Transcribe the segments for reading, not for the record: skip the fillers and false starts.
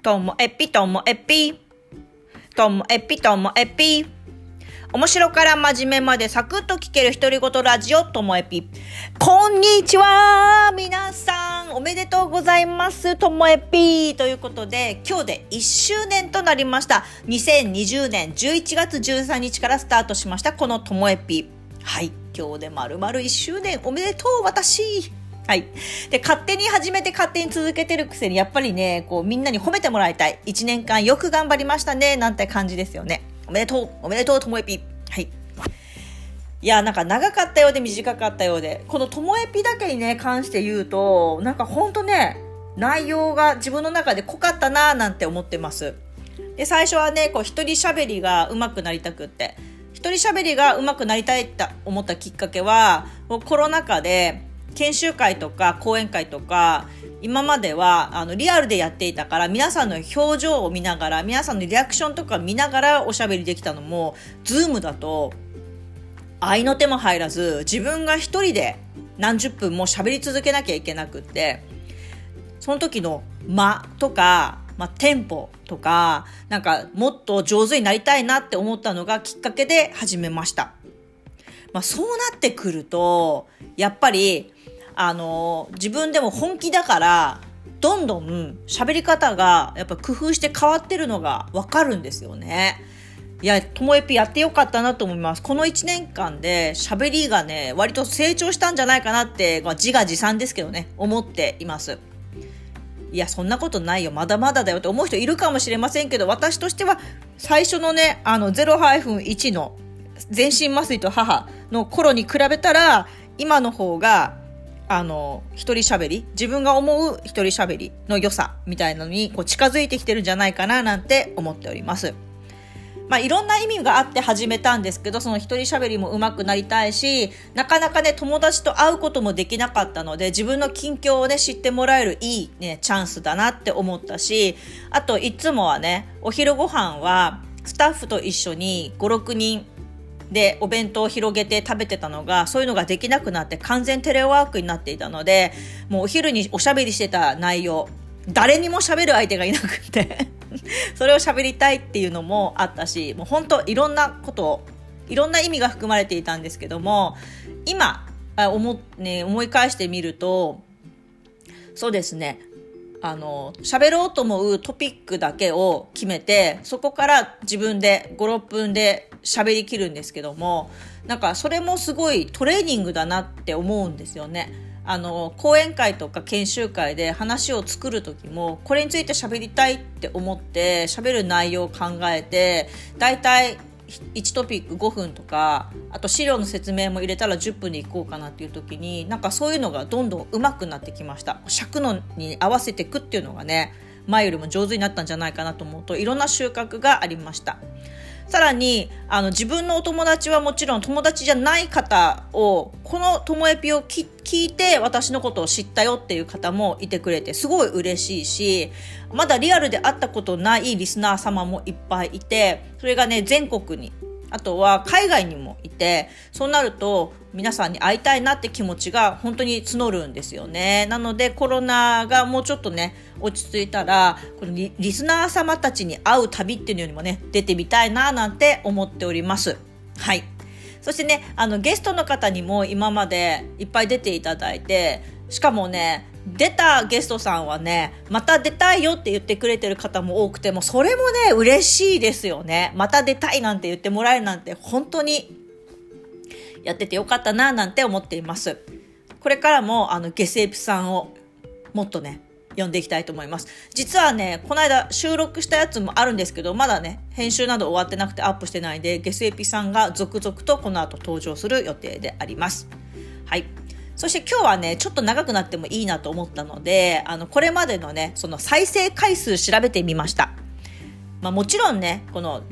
ともえぴともえぴともえぴともえぴ、面白から真面目までサクッと聞ける独り言ラジオともえぴ。こんにちは、皆さんおめでとうございます。ともえぴということで、今日で1周年となりました。2020年11月13日からスタートしましたこのともえぴ。はい、今日で丸々1周年おめでとう私。はい。で、勝手に始めて勝手に続けてるくせに、やっぱりね、みんなに褒めてもらいたい。1年間よく頑張りましたね、なんて感じですよね。おめでとう、ともえぴ。はい。いや、なんか長かったようで短かったようで、このともえぴだけにね、関して言うと、なんかほんとね、内容が自分の中で濃かったなーなんて思ってます。で、最初はね、一人喋りが上手くなりたくって、一人喋りが上手くなりたいって思ったきっかけは、コロナ禍で、研修会とか講演会とか今まではリアルでやっていたから、皆さんの表情を見ながら、皆さんのリアクションとか見ながらおしゃべりできたのも、ズームだと合いの手も入らず、自分が一人で何十分も喋り続けなきゃいけなくって、その時の間とか、テンポとか、なんかもっと上手になりたいなって思ったのがきっかけで始めました。そうなってくるとやっぱり自分でも本気だから、どんどん喋り方がやっぱ工夫して変わってるのがわかるんですよね。いや、ともえぴやってよかったなと思います。この1年間で喋りがね、割と成長したんじゃないかなって、自画自賛ですけどね、思っています。いや、そんなことないよ、まだまだだよって思う人いるかもしれませんけど、私としては最初のね、0-1の全身麻酔と母の頃に比べたら、今の方が一人喋り、自分が思う一人喋りの良さみたいなのに近づいてきてるんじゃないかななんて思っております。いろんな意味があって始めたんですけど、その一人喋りも上手くなりたいし、なかなかね、友達と会うこともできなかったので、自分の近況をね、知ってもらえるいいね、チャンスだなって思ったし、あといつもはね、お昼ご飯はスタッフと一緒に5、6人でお弁当を広げて食べてたのが、そういうのができなくなって完全テレワークになっていたので、もうお昼におしゃべりしてた内容、誰にも喋る相手がいなくてそれを喋りたいっていうのもあったし、もう本当いろんなことを、いろんな意味が含まれていたんですけども、今思い返してみると、そうですね、喋ろうと思うトピックだけを決めて、そこから自分で5、6分で喋りきるんですけども、なんかそれもすごいトレーニングだなって思うんですよね。講演会とか研修会で話を作る時も、これについて喋りたいって思って喋る内容を考えて、だいたい1トピック5分とか、あと資料の説明も入れたら10分でいこうかなっていう時に、なんかそういうのがどんどん上手くなってきました。尺のに合わせていくっていうのがね、前よりも上手になったんじゃないかなと思うと、いろんな収穫がありました。さらに自分のお友達はもちろん、友達じゃない方をこのともえぴを聞いて私のことを知ったよっていう方もいてくれて、すごい嬉しいし、まだリアルで会ったことないリスナー様もいっぱいいて、それがね、全国に、あとは海外にもいて、そうなると皆さんに会いたいなって気持ちが本当に募るんですよね。なのでコロナがもうちょっとね、落ち着いたら、このリスナー様たちに会う旅っていうのにもね、出てみたいななんて思っております。はい。そしてね、ゲストの方にも今までいっぱい出ていただいて、しかもね、出たゲストさんはね、また出たいよって言ってくれてる方も多くて、もそれもね、嬉しいですよね。また出たいなんて言ってもらえるなんて、本当にやっててよかったななんて思っています。これからもゲスエピさんをもっとね、読んでいきたいと思います。実はね、この間収録したやつもあるんですけど、まだね、編集など終わってなくてアップしてないんで、ゲスエピさんが続々とこの後登場する予定であります。はい。そして今日はね、ちょっと長くなってもいいなと思ったので、これまでのね、その再生回数調べてみました。もちろんね、この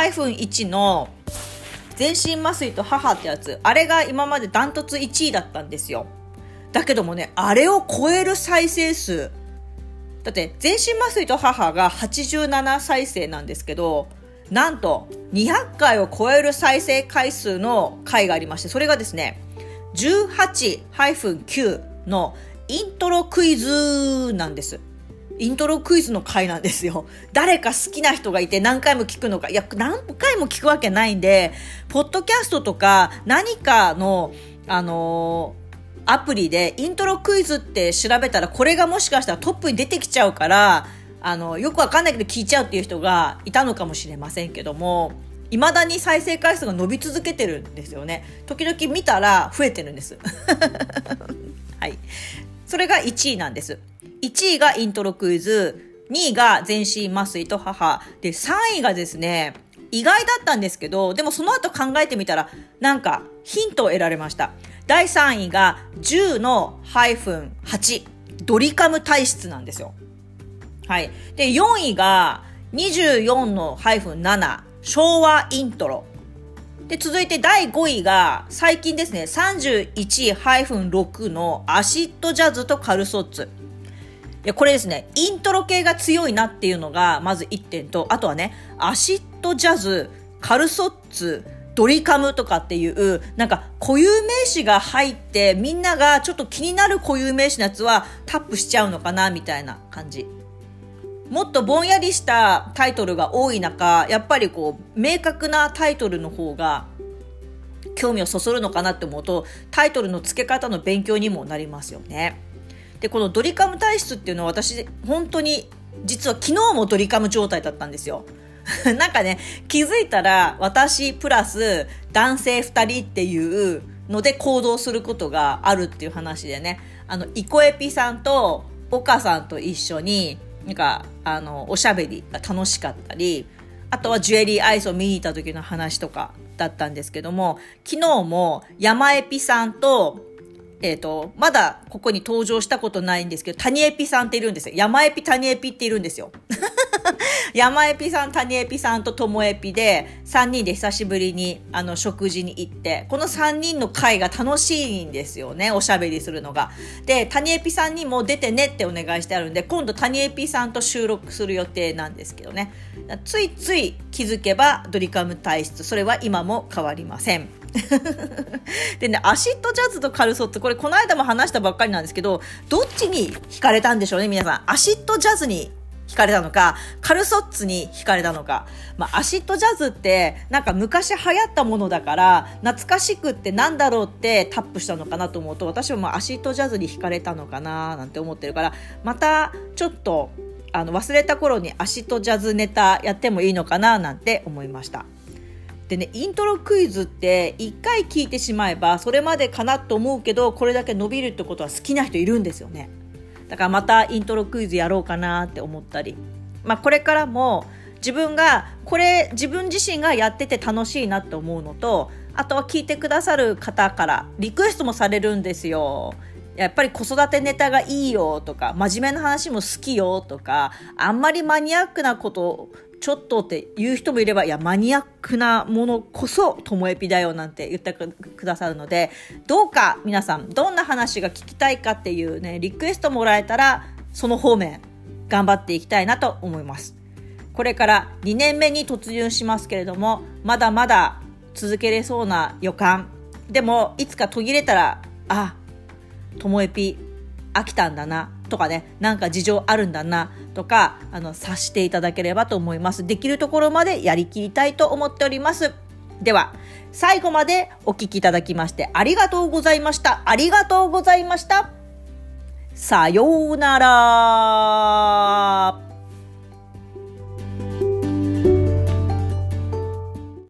0-1 の全身麻酔と母ってやつ、あれが今までダントツ1位だったんですよ。だけどもね、あれを超える再生数、だって全身麻酔と母が87再生なんですけど、なんと200回を超える再生回数の回がありまして、それがですね、18-9のイントロクイズなんです。 イントロクイズの回なんですよ。誰か好きな人がいて何回も聞くのか、いや、何回も聞くわけないんで、ポッドキャストとか何かの、アプリでイントロクイズって調べたら、これがもしかしたらトップに出てきちゃうから、よくわかんないけど聞いちゃうっていう人がいたのかもしれませんけども、未だに再生回数が伸び続けてるんですよね。時々見たら増えてるんです。はい。それが1位なんです。1位がイントロクイズ、2位が全身麻酔と母で、3位がですね、意外だったんですけど、でもその後考えてみたらなんかヒントを得られました。第3位が10の -8 ドリカム体質なんですよ。はい。で、4位が24の -7 昭和イントロで、続いて第5位が最近ですね、31-6 のアシッドジャズとカルソッツ。いや、これですね、イントロ系が強いなっていうのがまず1点と、あとはね、アシッドジャズ、カルソッツ、ドリカムとかっていうなんか固有名詞が入って、みんながちょっと気になる固有名詞のやつはタップしちゃうのかなみたいな感じ。もっとぼんやりしたタイトルが多い中、やっぱりこう明確なタイトルの方が興味をそそるのかなって思うと、タイトルの付け方の勉強にもなりますよね。で、このドリカム体質っていうのは、私本当に実は昨日もドリカム状態だったんですよ。なんかね、気づいたら私プラス男性2人っていうので行動することがあるっていう話でね、イコエピさんと岡さんと一緒になんかおしゃべりが楽しかったり、あとはジュエリーアイスを見に行った時の話とかだったんですけども、昨日も山エピさんとまだここに登場したことないんですけど、谷エピさんっているんですよ。山エピ、谷エピっているんですよ。山エピさん、谷エピさんとともエピで3人で久しぶりに食事に行って、この3人の会が楽しいんですよね、おしゃべりするのが。で、谷エピさんにも出てねってお願いしてあるんで、今度谷エピさんと収録する予定なんですけどね。ついつい気づけばドリカム体質、それは今も変わりません。でね、アシッドジャズとカルソッツ、これこの間も話したばっかりなんですけど、どっちに惹かれたんでしょうね、皆さん。アシッドジャズに惹かれたのか、カルソッツに惹かれたのか。アシッドジャズってなんか昔流行ったものだから懐かしくってなんだろうってタップしたのかなと思うと、私はアシッドジャズに惹かれたのかななんて思ってるから、またちょっと忘れた頃にアシッドジャズネタやってもいいのかななんて思いました。でね、イントロクイズって1回聞いてしまえばそれまでかなと思うけど、これだけ伸びるってことは好きな人いるんですよね。だからまたイントロクイズやろうかなって思ったり、これからも自分が自分自身がやってて楽しいなって思うのと、あとは聞いてくださる方からリクエストもされるんですよ。やっぱり子育てネタがいいよとか、真面目な話も好きよとか、あんまりマニアックなことちょっとって言う人もいれば、いやマニアックなものこそともエピだよなんて言ってくださるので、どうか皆さんどんな話が聞きたいかっていうね、リクエストもらえたらその方面頑張っていきたいなと思います。これから2年目に突入しますけれども、まだまだ続けれそうな予感でも、いつか途切れたらともエピ飽きたんだなとかね、なんか事情あるんだなとか察していただければと思います。できるところまでやりきりたいと思っております。では最後までお聞きいただきましてありがとうございました。ありがとうございました。さようなら。